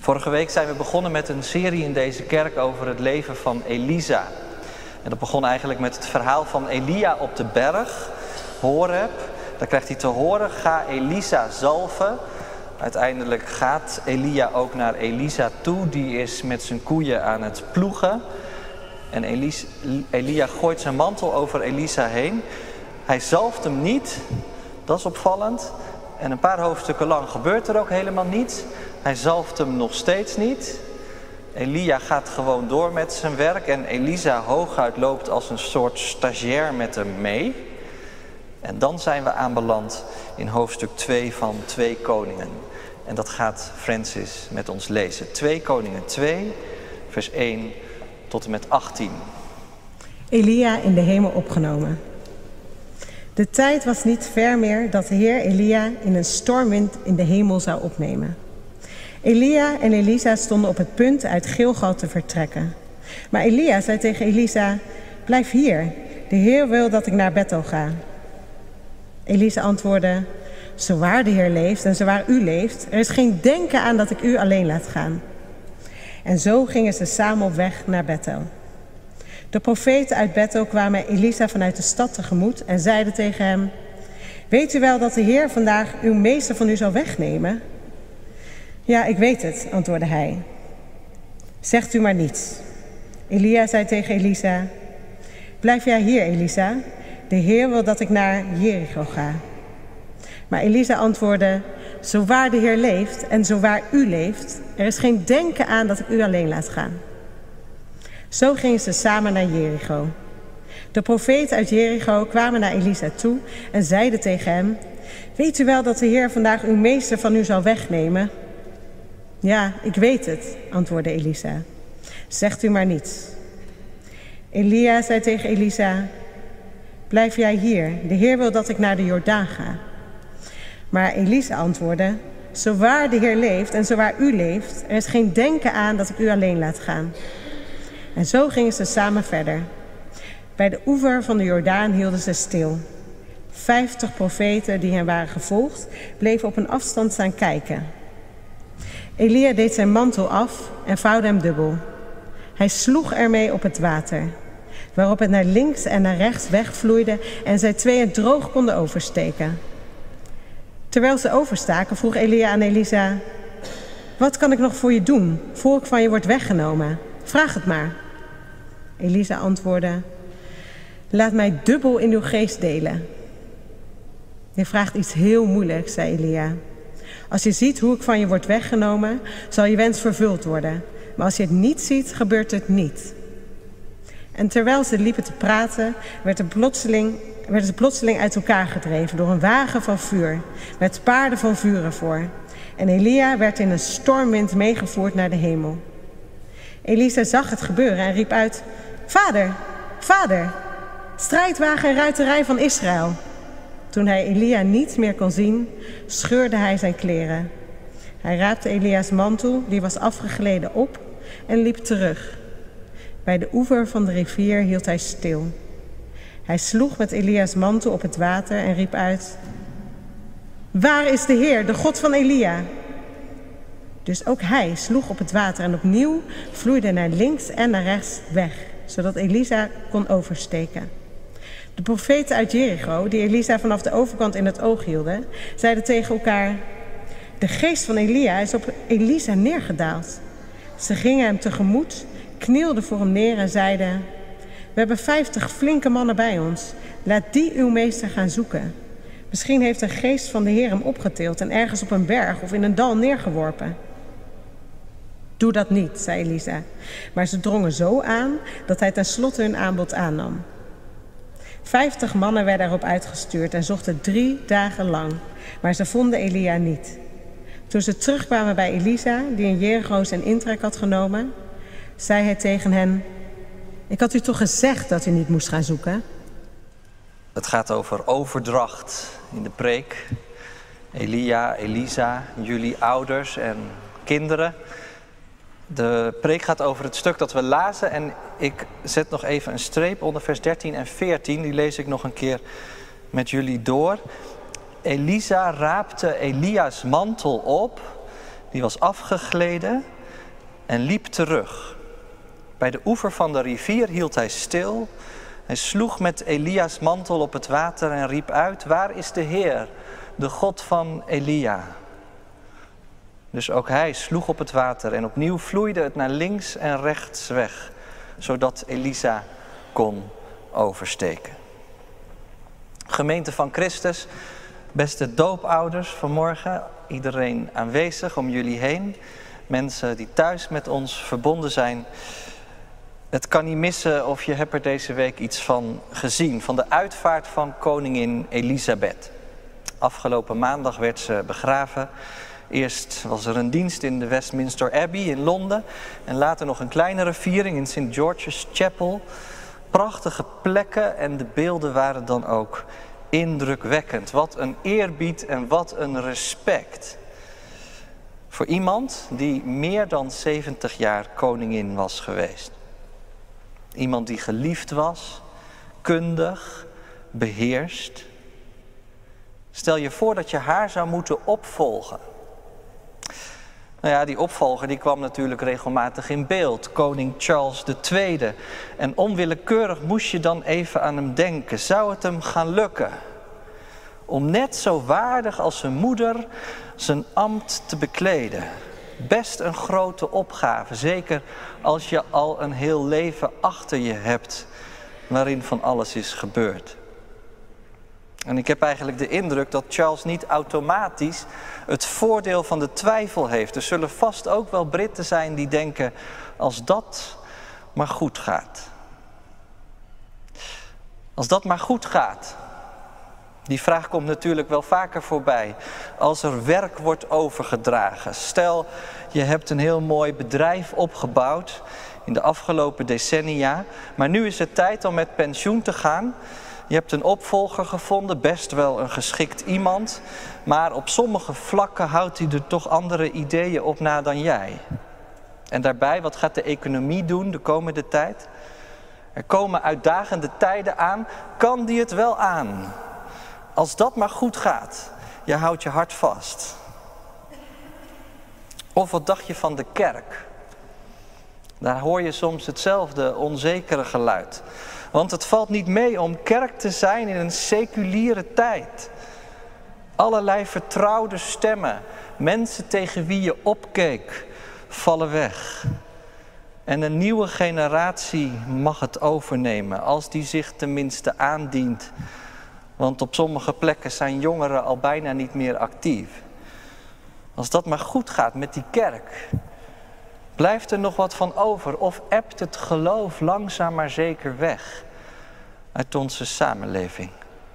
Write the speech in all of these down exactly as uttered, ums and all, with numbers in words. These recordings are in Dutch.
Vorige week zijn we begonnen met een serie in deze kerk over het leven van Elisa. En dat begon eigenlijk met het verhaal van Elia op de berg, Horeb. Daar krijgt hij te horen, ga Elisa zalven. Uiteindelijk gaat Elia ook naar Elisa toe, die is met zijn koeien aan het ploegen. En Elis, Elia gooit zijn mantel over Elisa heen. Hij zalft hem niet, dat is opvallend. En een paar hoofdstukken lang gebeurt er ook helemaal niets. Hij zalft hem nog steeds niet. Elia gaat gewoon door met zijn werk en Elisa hooguit loopt als een soort stagiair met hem mee. En dan zijn we aanbeland in hoofdstuk twee van twee Koningen. En dat gaat Francis met ons lezen. twee Koningen twee, vers één tot en met achttien. Elia in de hemel opgenomen. De tijd was niet ver meer dat de Heer Elia in een stormwind in de hemel zou opnemen. Elia en Elisa stonden op het punt uit Gilgal te vertrekken. Maar Elia zei tegen Elisa, blijf hier, de Heer wil dat ik naar Bethel ga. Elisa antwoordde, zowaar de Heer leeft en zowaar u leeft, er is geen denken aan dat ik u alleen laat gaan. En zo gingen ze samen op weg naar Bethel. De profeten uit Bethel kwamen Elisa vanuit de stad tegemoet en zeiden tegen hem, weet u wel dat de Heer vandaag uw meester van u zal wegnemen? Ja, ik weet het, antwoordde hij. Zegt u maar niets. Elia zei tegen Elisa, blijf jij hier, Elisa? De Heer wil dat ik naar Jericho ga. Maar Elisa antwoordde, zowaar de Heer leeft en zowaar u leeft, er is geen denken aan dat ik u alleen laat gaan. Zo gingen ze samen naar Jericho. De profeten uit Jericho kwamen naar Elisa toe en zeiden tegen hem, weet u wel dat de Heer vandaag uw meester van u zal wegnemen? Ja, ik weet het, antwoordde Elisa. Zegt u maar niets. Elia zei tegen Elisa, blijf jij hier, de Heer wil dat ik naar de Jordaan ga. Maar Elisa antwoordde, zowaar de Heer leeft en zowaar u leeft, er is geen denken aan dat ik u alleen laat gaan. En zo gingen ze samen verder. Bij de oever van de Jordaan hielden ze stil. Vijftig profeten die hen waren gevolgd, bleven op een afstand staan kijken. Elia deed zijn mantel af en vouwde hem dubbel. Hij sloeg ermee op het water, waarop het naar links en naar rechts wegvloeide en zij tweeën droog konden oversteken. Terwijl ze overstaken vroeg Elia aan Elisa, wat kan ik nog voor je doen, voor ik van je word weggenomen? Vraag het maar. Elisa antwoordde, laat mij dubbel in uw geest delen. Je vraagt iets heel moeilijks, zei Elia. Als je ziet hoe ik van je word weggenomen, zal je wens vervuld worden. Maar als je het niet ziet, gebeurt het niet. En terwijl ze liepen te praten, werd er plotseling, werden ze plotseling uit elkaar gedreven door een wagen van vuur, met paarden van vuur ervoor. En Elia werd in een stormwind meegevoerd naar de hemel. Elisa zag het gebeuren en riep uit, vader, vader, strijdwagen en ruiterij van Israël. Toen hij Elia niet meer kon zien, scheurde hij zijn kleren. Hij raapte Elia's mantel, die was afgegleden, op en liep terug. Bij de oever van de rivier hield hij stil. Hij sloeg met Elia's mantel op het water en riep uit, waar is de Heer, de God van Elia? Dus ook hij sloeg op het water en opnieuw vloeide naar links en naar rechts weg, zodat Elisa kon oversteken. De profeten uit Jericho, die Elisa vanaf de overkant in het oog hielden, zeiden tegen elkaar, de geest van Elia is op Elisa neergedaald. Ze gingen hem tegemoet, knielden voor hem neer en zeiden, we hebben vijftig flinke mannen bij ons, laat die uw meester gaan zoeken. Misschien heeft de geest van de Heer hem opgetild en ergens op een berg of in een dal neergeworpen. Doe dat niet, zei Elisa. Maar ze drongen zo aan dat hij tenslotte hun aanbod aannam. Vijftig mannen werden erop uitgestuurd en zochten drie dagen lang, maar ze vonden Elia niet. Toen ze terugkwamen bij Elisa, die in Jericho zijn intrek had genomen, zei hij tegen hen, ik had u toch gezegd dat u niet moest gaan zoeken? Het gaat over overdracht in de preek. Elia, Elisa, jullie ouders en kinderen. De preek gaat over het stuk dat we lazen en ik zet nog even een streep onder vers dertien en veertien. Die lees ik nog een keer met jullie door. Elisa raapte Elia's mantel op, die was afgegleden. en liep terug. Bij de oever van de rivier hield hij stil. Hij sloeg met Elia's mantel op het water en riep uit: waar is de Heer, de God van Elia? Dus ook hij sloeg op het water en opnieuw vloeide het naar links en rechts weg, zodat Elisa kon oversteken. Gemeente van Christus, beste doopouders vanmorgen, iedereen aanwezig om jullie heen, mensen die thuis met ons verbonden zijn. Het kan niet missen of je hebt er deze week iets van gezien, van de uitvaart van koningin Elisabeth. Afgelopen maandag werd ze begraven. Eerst was er een dienst in de Westminster Abbey in Londen en later nog een kleinere viering in Saint George's Chapel. Prachtige plekken en de beelden waren dan ook indrukwekkend. Wat een eerbied en wat een respect voor iemand die meer dan zeventig jaar koningin was geweest. Iemand die geliefd was, kundig, beheerst. Stel je voor dat je haar zou moeten opvolgen. Nou ja, die opvolger die kwam natuurlijk regelmatig in beeld. Koning Charles de Tweede. En onwillekeurig moest je dan even aan hem denken. Zou het hem gaan lukken om net zo waardig als zijn moeder zijn ambt te bekleden? Best een grote opgave, zeker als je al een heel leven achter je hebt waarin van alles is gebeurd. En ik heb eigenlijk de indruk dat Charles niet automatisch het voordeel van de twijfel heeft. Er zullen vast ook wel Britten zijn die denken, als dat maar goed gaat. Als dat maar goed gaat. Die vraag komt natuurlijk wel vaker voorbij. Als er werk wordt overgedragen. Stel, je hebt een heel mooi bedrijf opgebouwd in de afgelopen decennia. Maar nu is het tijd om met pensioen te gaan. Je hebt een opvolger gevonden, best wel een geschikt iemand. Maar op sommige vlakken houdt hij er toch andere ideeën op na dan jij. En daarbij, wat gaat de economie doen de komende tijd? Er komen uitdagende tijden aan. Kan die het wel aan? Als dat maar goed gaat, je houdt je hart vast. Of wat dacht je van de kerk? Daar hoor je soms hetzelfde onzekere geluid. Want het valt niet mee om kerk te zijn in een seculiere tijd. Allerlei vertrouwde stemmen, mensen tegen wie je opkeek, vallen weg. En een nieuwe generatie mag het overnemen, als die zich tenminste aandient. Want op sommige plekken zijn jongeren al bijna niet meer actief. Als dat maar goed gaat met die kerk, blijft er nog wat van over? Of ebt het geloof langzaam maar zeker weg uit onze samenleving?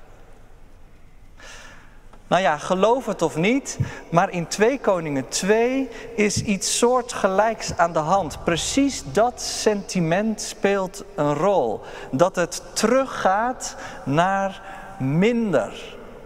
Nou ja, geloof het of niet, maar in twee Koningen twee is iets soortgelijks aan de hand. Precies dat sentiment speelt een rol. Dat het teruggaat naar minder.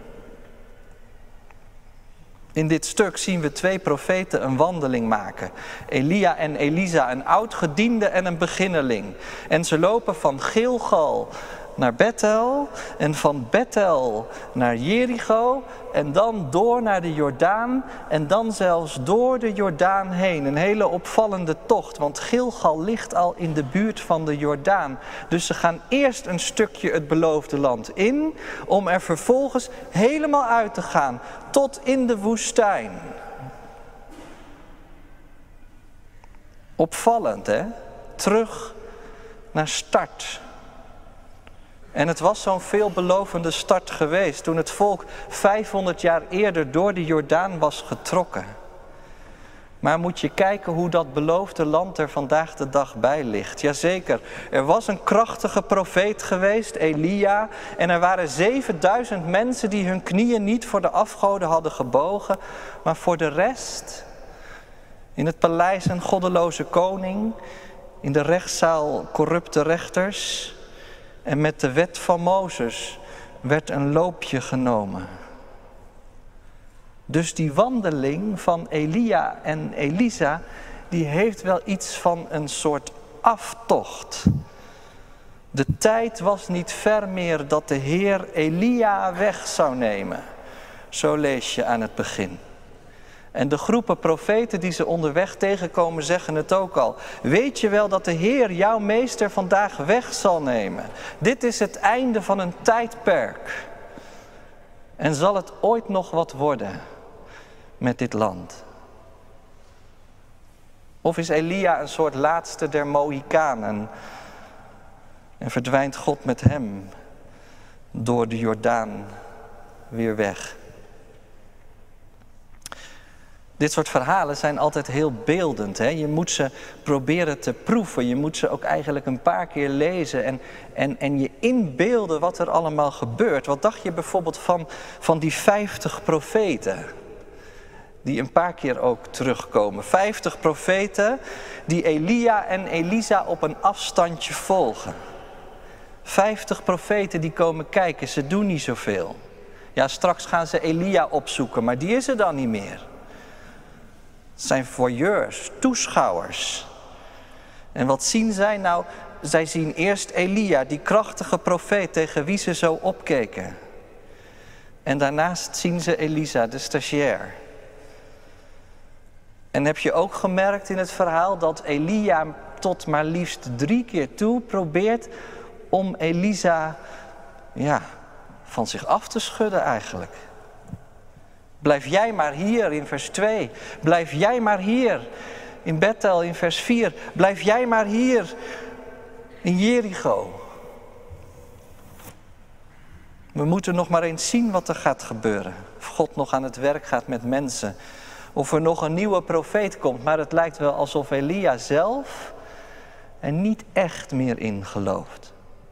In dit stuk zien we twee profeten een wandeling maken. Elia en Elisa, een oud-gediende en een beginneling. En ze lopen van Gilgal naar Bethel en van Bethel naar Jericho en dan door naar de Jordaan en dan zelfs door de Jordaan heen. Een hele opvallende tocht, want Gilgal ligt al in de buurt van de Jordaan. Dus ze gaan eerst een stukje het beloofde land in, om er vervolgens helemaal uit te gaan, tot in de woestijn. Opvallend, hè? Terug naar start. En het was zo'n veelbelovende start geweest toen het volk vijfhonderd jaar eerder door de Jordaan was getrokken. Maar moet je kijken hoe dat beloofde land er vandaag de dag bij ligt. Jazeker, er was een krachtige profeet geweest, Elia. En er waren zevenduizend mensen die hun knieën niet voor de afgoden hadden gebogen. Maar voor de rest, in het paleis een goddeloze koning. In de rechtszaal corrupte rechters. En met de wet van Mozes werd een loopje genomen. Dus die wandeling van Elia en Elisa, die heeft wel iets van een soort aftocht. De tijd was niet ver meer dat de Heer Elia weg zou nemen. Zo lees je aan het begin. En de groepen profeten die ze onderweg tegenkomen zeggen het ook al. Weet je wel dat de Heer jouw meester vandaag weg zal nemen? Dit is het einde van een tijdperk. En zal het ooit nog wat worden met dit land? Of is Elia een soort laatste der Mohikanen en verdwijnt God met hem door de Jordaan weer weg? Dit soort verhalen zijn altijd heel beeldend. Hè? Je moet ze proberen te proeven. Je moet ze ook eigenlijk een paar keer lezen. En, en, en je inbeelden wat er allemaal gebeurt. Wat dacht je bijvoorbeeld van, van die vijftig profeten? Die een paar keer ook terugkomen. Vijftig profeten die Elia en Elisa op een afstandje volgen. Vijftig profeten die komen kijken. Ze doen niet zoveel. Ja, straks gaan ze Elia opzoeken. Maar die is er dan niet meer. Het zijn voyeurs, toeschouwers. En wat zien zij? Nou, zij zien eerst Elia, die krachtige profeet tegen wie ze zo opkeken. En daarnaast zien ze Elisa, de stagiair. En heb je ook gemerkt in het verhaal dat Elia tot maar liefst drie keer toe probeert om Elisa ja, van zich af te schudden eigenlijk. Blijf jij maar hier in vers twee. Blijf jij maar hier in Bethel in vers vier. Blijf jij maar hier in Jericho. We moeten nog maar eens zien wat er gaat gebeuren. Of God nog aan het werk gaat met mensen. Of er nog een nieuwe profeet komt. Maar het lijkt wel alsof Elia zelf er niet echt meer in gelooft.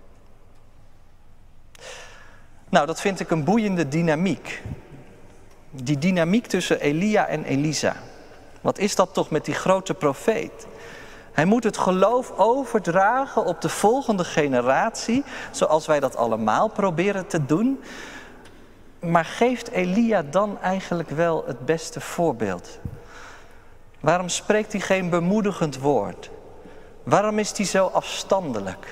Nou, dat vind ik een boeiende dynamiek. Die dynamiek tussen Elia en Elisa. Wat is dat toch met die grote profeet? Hij moet het geloof overdragen op de volgende generatie, zoals wij dat allemaal proberen te doen. Maar geeft Elia dan eigenlijk wel het beste voorbeeld? Waarom spreekt hij geen bemoedigend woord? Waarom is hij zo afstandelijk?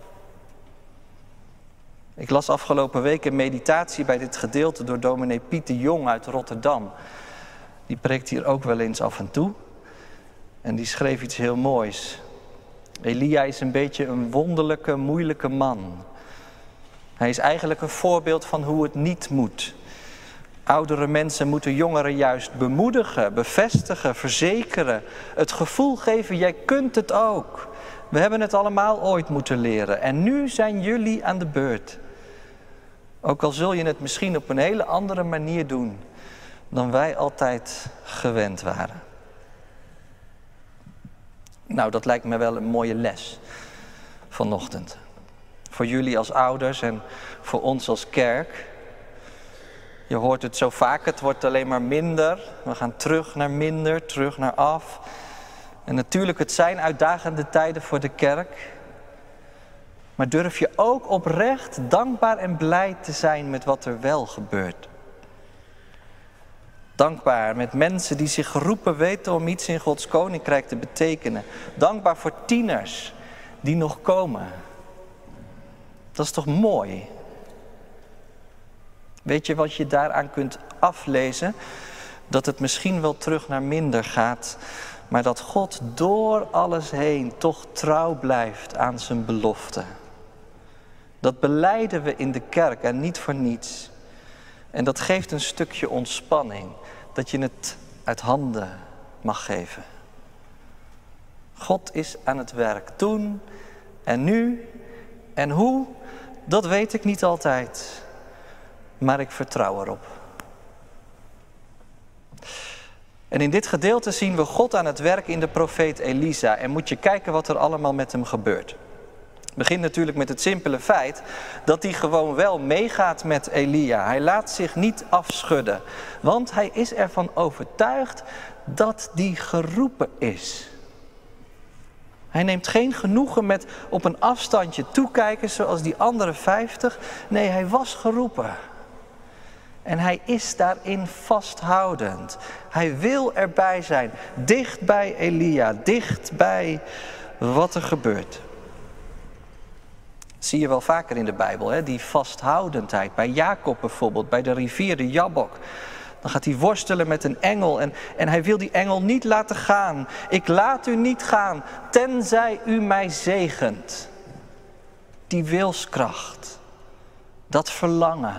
Ik las afgelopen week een meditatie bij dit gedeelte door dominee Piet de Jong uit Rotterdam. Die preekt hier ook wel eens af en toe. En die schreef iets heel moois. Elia is een beetje een wonderlijke, moeilijke man. Hij is eigenlijk een voorbeeld van hoe het niet moet. Oudere mensen moeten jongeren juist bemoedigen, bevestigen, verzekeren. Het gevoel geven, jij kunt het ook. We hebben het allemaal ooit moeten leren. En nu zijn jullie aan de beurt. Ook al zul je het misschien op een hele andere manier doen dan wij altijd gewend waren. Nou, dat lijkt me wel een mooie les vanochtend. Voor jullie als ouders en voor ons als kerk. Je hoort het zo vaak, het wordt alleen maar minder. We gaan terug naar minder, terug naar af. En natuurlijk, het zijn uitdagende tijden voor de kerk. Maar durf je ook oprecht dankbaar en blij te zijn met wat er wel gebeurt. Dankbaar met mensen die zich geroepen weten om iets in Gods koninkrijk te betekenen. Dankbaar voor tieners die nog komen. Dat is toch mooi? Weet je wat je daaraan kunt aflezen? Dat het misschien wel terug naar minder gaat, maar dat God door alles heen toch trouw blijft aan zijn belofte. Dat belijden we in de kerk en niet voor niets. En dat geeft een stukje ontspanning, dat je het uit handen mag geven. God is aan het werk, toen en nu en hoe, dat weet ik niet altijd. Maar ik vertrouw erop. En in dit gedeelte zien we God aan het werk in de profeet Elisa. En moet je kijken wat er allemaal met hem gebeurt. Het begint natuurlijk met het simpele feit dat hij gewoon wel meegaat met Elia. Hij laat zich niet afschudden. Want hij is ervan overtuigd dat hij geroepen is. Hij neemt geen genoegen met op een afstandje toekijken zoals die andere vijftig. Nee, hij was geroepen. En hij is daarin vasthoudend. Hij wil erbij zijn. Dicht bij Elia. Dicht bij wat er gebeurt. Zie je wel vaker in de Bijbel, hè? Die vasthoudendheid. Bij Jacob bijvoorbeeld, bij de rivier de Jabbok. Dan gaat hij worstelen met een engel en, en hij wil die engel niet laten gaan. Ik laat u niet gaan, tenzij u mij zegent. Die wilskracht, dat verlangen.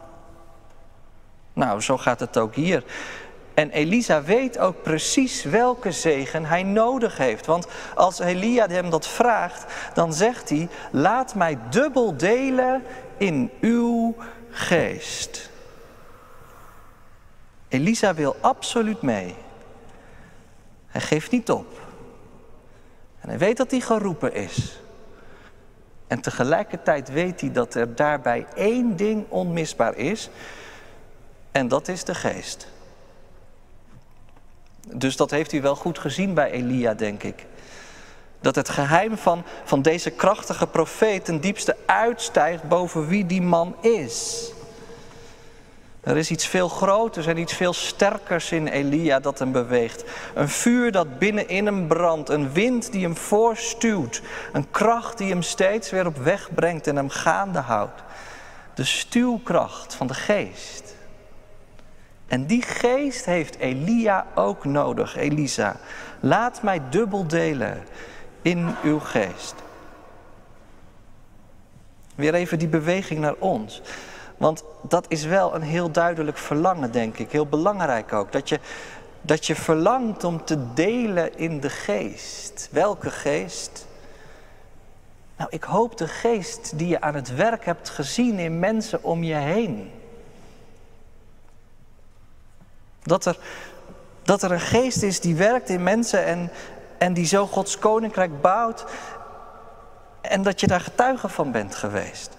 Nou, zo gaat het ook hier. En Elisa weet ook precies welke zegen hij nodig heeft. Want als Elia hem dat vraagt, dan zegt hij: laat mij dubbel delen in uw geest. Elisa wil absoluut mee. Hij geeft niet op. En hij weet dat hij geroepen is. En tegelijkertijd weet hij dat er daarbij één ding onmisbaar is. En dat is de geest. Dus dat heeft hij wel goed gezien bij Elia, denk ik. Dat het geheim van, van deze krachtige profeet ten diepste uitstijgt boven wie die man is. Er is iets veel groters en iets veel sterkers in Elia dat hem beweegt. Een vuur dat binnenin hem brandt, een wind die hem voorstuwt. Een kracht die hem steeds weer op weg brengt en hem gaande houdt. De stuwkracht van de geest. En die geest heeft Elia ook nodig, Elisa. Laat mij dubbel delen in uw geest. Weer even die beweging naar ons. Want dat is wel een heel duidelijk verlangen, denk ik. Heel belangrijk ook. Dat je, dat je verlangt om te delen in de geest. Welke geest? Nou, ik hoop de geest die je aan het werk hebt gezien in mensen om je heen. Dat er, dat er een geest is die werkt in mensen en, en die zo Gods koninkrijk bouwt. En dat je daar getuige van bent geweest.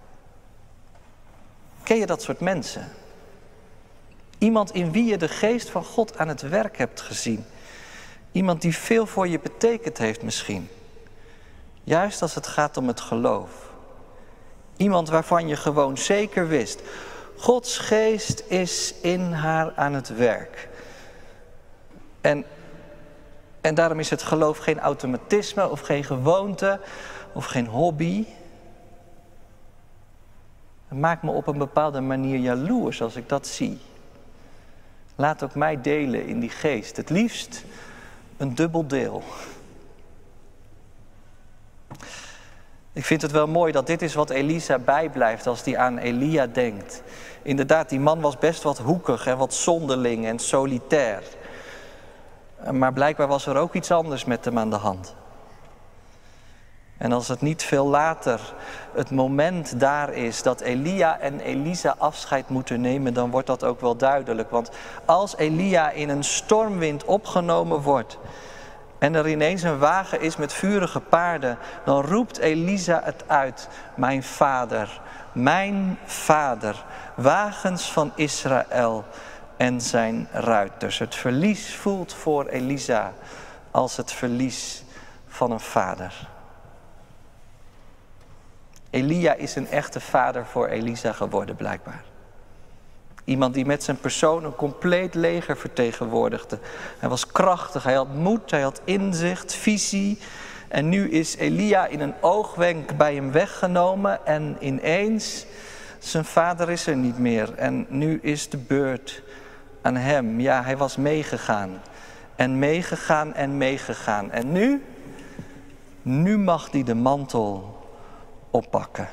Ken je dat soort mensen? Iemand in wie je de geest van God aan het werk hebt gezien. Iemand die veel voor je betekend heeft misschien. Juist als het gaat om het geloof. Iemand waarvan je gewoon zeker wist: Gods geest is in haar aan het werk. En, en daarom is het geloof geen automatisme of geen gewoonte of geen hobby. Het maakt me op een bepaalde manier jaloers als ik dat zie. Laat ook mij delen in die geest. Het liefst een dubbel deel. Ik vind het wel mooi dat dit is wat Elisa bijblijft als hij aan Elia denkt. Inderdaad, die man was best wat hoekig en wat zonderling en solitair. Maar blijkbaar was er ook iets anders met hem aan de hand. En als het niet veel later het moment daar is dat Elia en Elisa afscheid moeten nemen, dan wordt dat ook wel duidelijk. Want als Elia in een stormwind opgenomen wordt en er ineens een wagen is met vurige paarden, dan roept Elisa het uit: mijn vader, mijn vader, wagens van Israël en zijn ruiters. Het verlies voelt voor Elisa als het verlies van een vader. Elia is een echte vader voor Elisa geworden, blijkbaar. Iemand die met zijn persoon een compleet leger vertegenwoordigde. Hij was krachtig, hij had moed, hij had inzicht, visie. En nu is Elia in een oogwenk bij hem weggenomen en ineens, zijn vader is er niet meer. En nu is de beurt aan hem. Ja, hij was meegegaan en meegegaan en meegegaan. En nu, nu mag hij de mantel oppakken.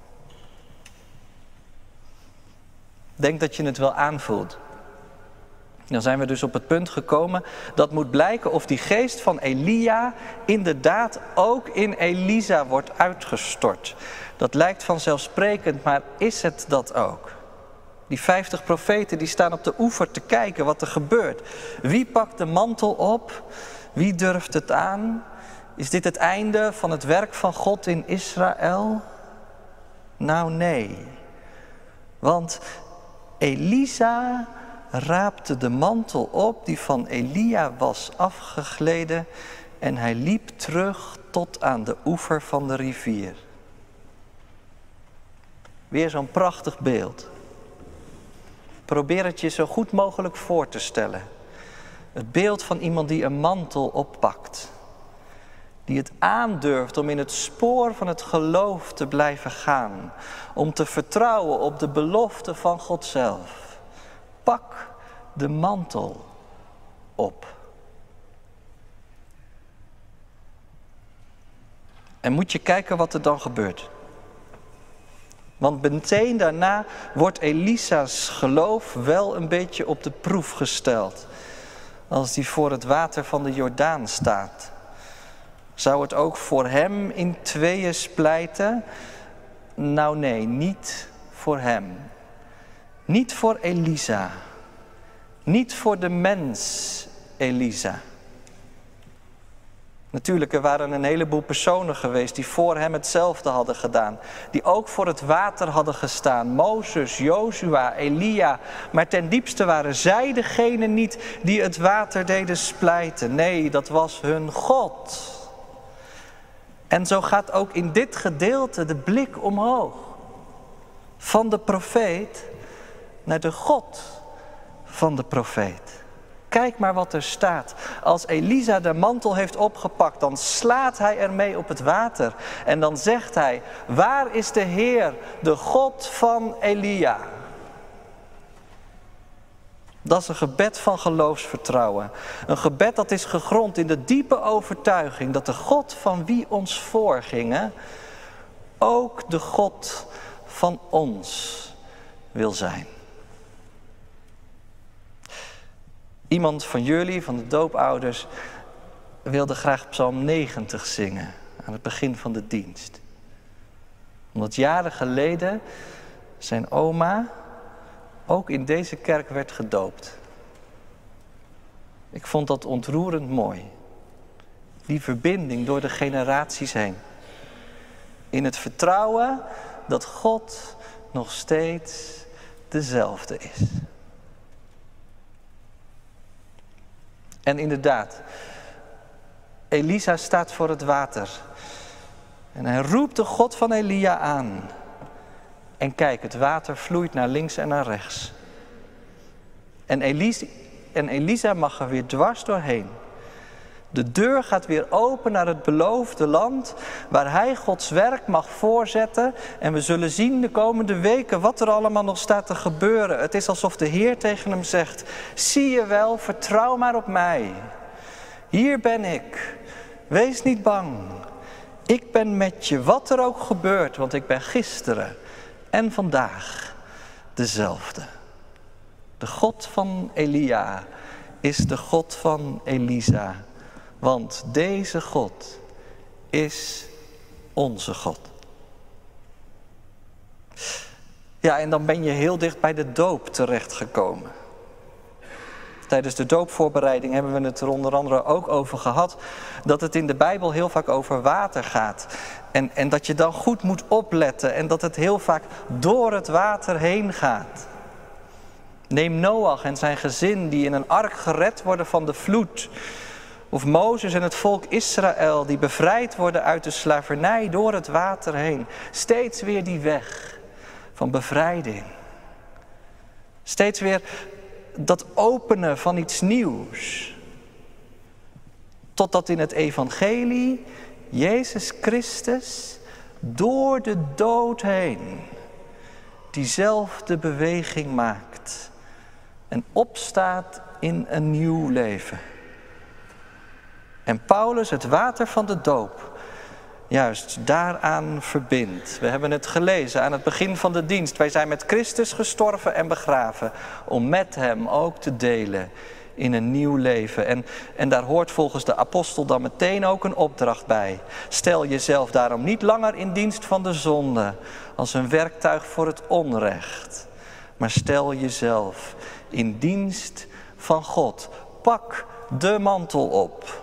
Denk dat je het wel aanvoelt. Dan zijn we dus op het punt gekomen dat moet blijken of die geest van Elia inderdaad ook in Elisa wordt uitgestort. Dat lijkt vanzelfsprekend, maar is het dat ook? Die vijftig profeten die staan op de oever te kijken wat er gebeurt. Wie pakt de mantel op? Wie durft het aan? Is dit het einde van het werk van God in Israël? Nou nee. Want Elisa raapte de mantel op die van Elia was afgegleden en hij liep terug tot aan de oever van de rivier. Weer zo'n prachtig beeld. Probeer het je zo goed mogelijk voor te stellen. Het beeld van iemand die een mantel oppakt. Die het aandurft om in het spoor van het geloof te blijven gaan. Om te vertrouwen op de belofte van God zelf. Pak de mantel op. En moet je kijken wat er dan gebeurt. Want meteen daarna wordt Elisa's geloof wel een beetje op de proef gesteld. Als hij voor het water van de Jordaan staat. Zou het ook voor hem in tweeën splijten? Nou nee, niet voor hem. Niet voor Elisa. Niet voor de mens Elisa. Natuurlijk, er waren een heleboel personen geweest die voor hem hetzelfde hadden gedaan. Die ook voor het water hadden gestaan. Mozes, Jozua, Elia. Maar ten diepste waren zij degene niet die het water deden splijten. Nee, dat was hun God. En zo gaat ook in dit gedeelte de blik omhoog. Van de profeet naar de God van de profeet. Kijk maar wat er staat. Als Elisa de mantel heeft opgepakt, dan slaat hij ermee op het water. En dan zegt hij, waar is de Heer, de God van Elia? Dat is een gebed van geloofsvertrouwen. Een gebed dat is gegrond in de diepe overtuiging dat de God van wie ons voorgingen ook de God van ons wil zijn. Iemand van jullie, van de doopouders, wilde graag Psalm negentig zingen aan het begin van de dienst. Omdat jaren geleden zijn oma ook in deze kerk werd gedoopt. Ik vond dat ontroerend mooi. Die verbinding door de generaties heen. In het vertrouwen dat God nog steeds dezelfde is. En inderdaad, Elisa staat voor het water. En hij roept de God van Elia aan. En kijk, het water vloeit naar links en naar rechts. En Elisa, en Elisa mag er weer dwars doorheen. De deur gaat weer open naar het beloofde land, waar hij Gods werk mag voorzetten. En we zullen zien de komende weken wat er allemaal nog staat te gebeuren. Het is alsof de Heer tegen hem zegt, zie je wel, vertrouw maar op mij. Hier ben ik, wees niet bang. Ik ben met je, wat er ook gebeurt, want ik ben gisteren en vandaag dezelfde. De God van Elia is de God van Elisa. Want deze God is onze God. Ja, en dan ben je heel dicht bij de doop terechtgekomen. Tijdens de doopvoorbereiding hebben we het er onder andere ook over gehad, dat het in de Bijbel heel vaak over water gaat. En, en dat je dan goed moet opletten en dat het heel vaak door het water heen gaat. Neem Noach en zijn gezin die in een ark gered worden van de vloed. Of Mozes en het volk Israël die bevrijd worden uit de slavernij door het water heen. Steeds weer die weg van bevrijding. Steeds weer dat openen van iets nieuws. Totdat in het evangelie Jezus Christus door de dood heen diezelfde beweging maakt. En opstaat in een nieuw leven. En Paulus het water van de doop juist daaraan verbindt. We hebben het gelezen aan het begin van de dienst. Wij zijn met Christus gestorven en begraven om met hem ook te delen in een nieuw leven. En, en daar hoort volgens de apostel dan meteen ook een opdracht bij. Stel jezelf daarom niet langer in dienst van de zonde als een werktuig voor het onrecht. Maar stel jezelf in dienst van God. Pak de mantel op.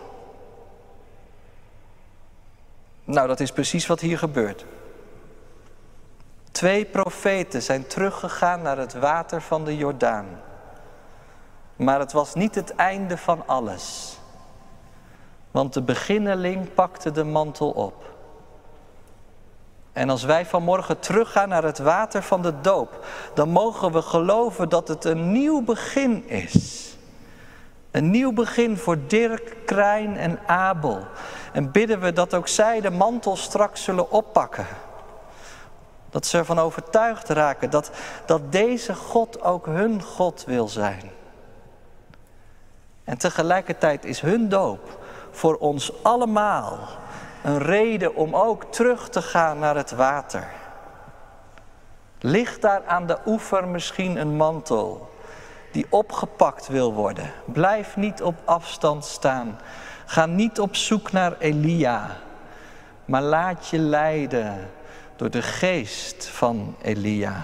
Nou, dat is precies wat hier gebeurt. Twee profeten zijn teruggegaan naar het water van de Jordaan. Maar het was niet het einde van alles. Want de beginneling pakte de mantel op. En als wij vanmorgen teruggaan naar het water van de doop, dan mogen we geloven dat het een nieuw begin is. Een nieuw begin voor Dirk, Krijn en Abel. En bidden we dat ook zij de mantel straks zullen oppakken. Dat ze ervan overtuigd raken dat, dat deze God ook hun God wil zijn. En tegelijkertijd is hun doop voor ons allemaal een reden om ook terug te gaan naar het water. Ligt daar aan de oever misschien een mantel die opgepakt wil worden? Blijf niet op afstand staan. Ga niet op zoek naar Elia, maar laat je leiden door de geest van Elia.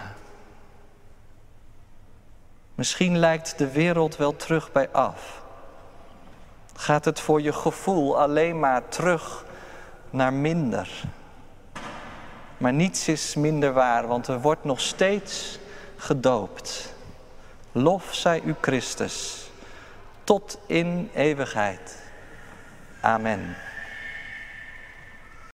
Misschien lijkt de wereld wel terug bij af. Gaat het voor je gevoel alleen maar terug naar minder? Maar niets is minder waar, want er wordt nog steeds gedoopt. Lof zij u Christus, tot in eeuwigheid. Amen.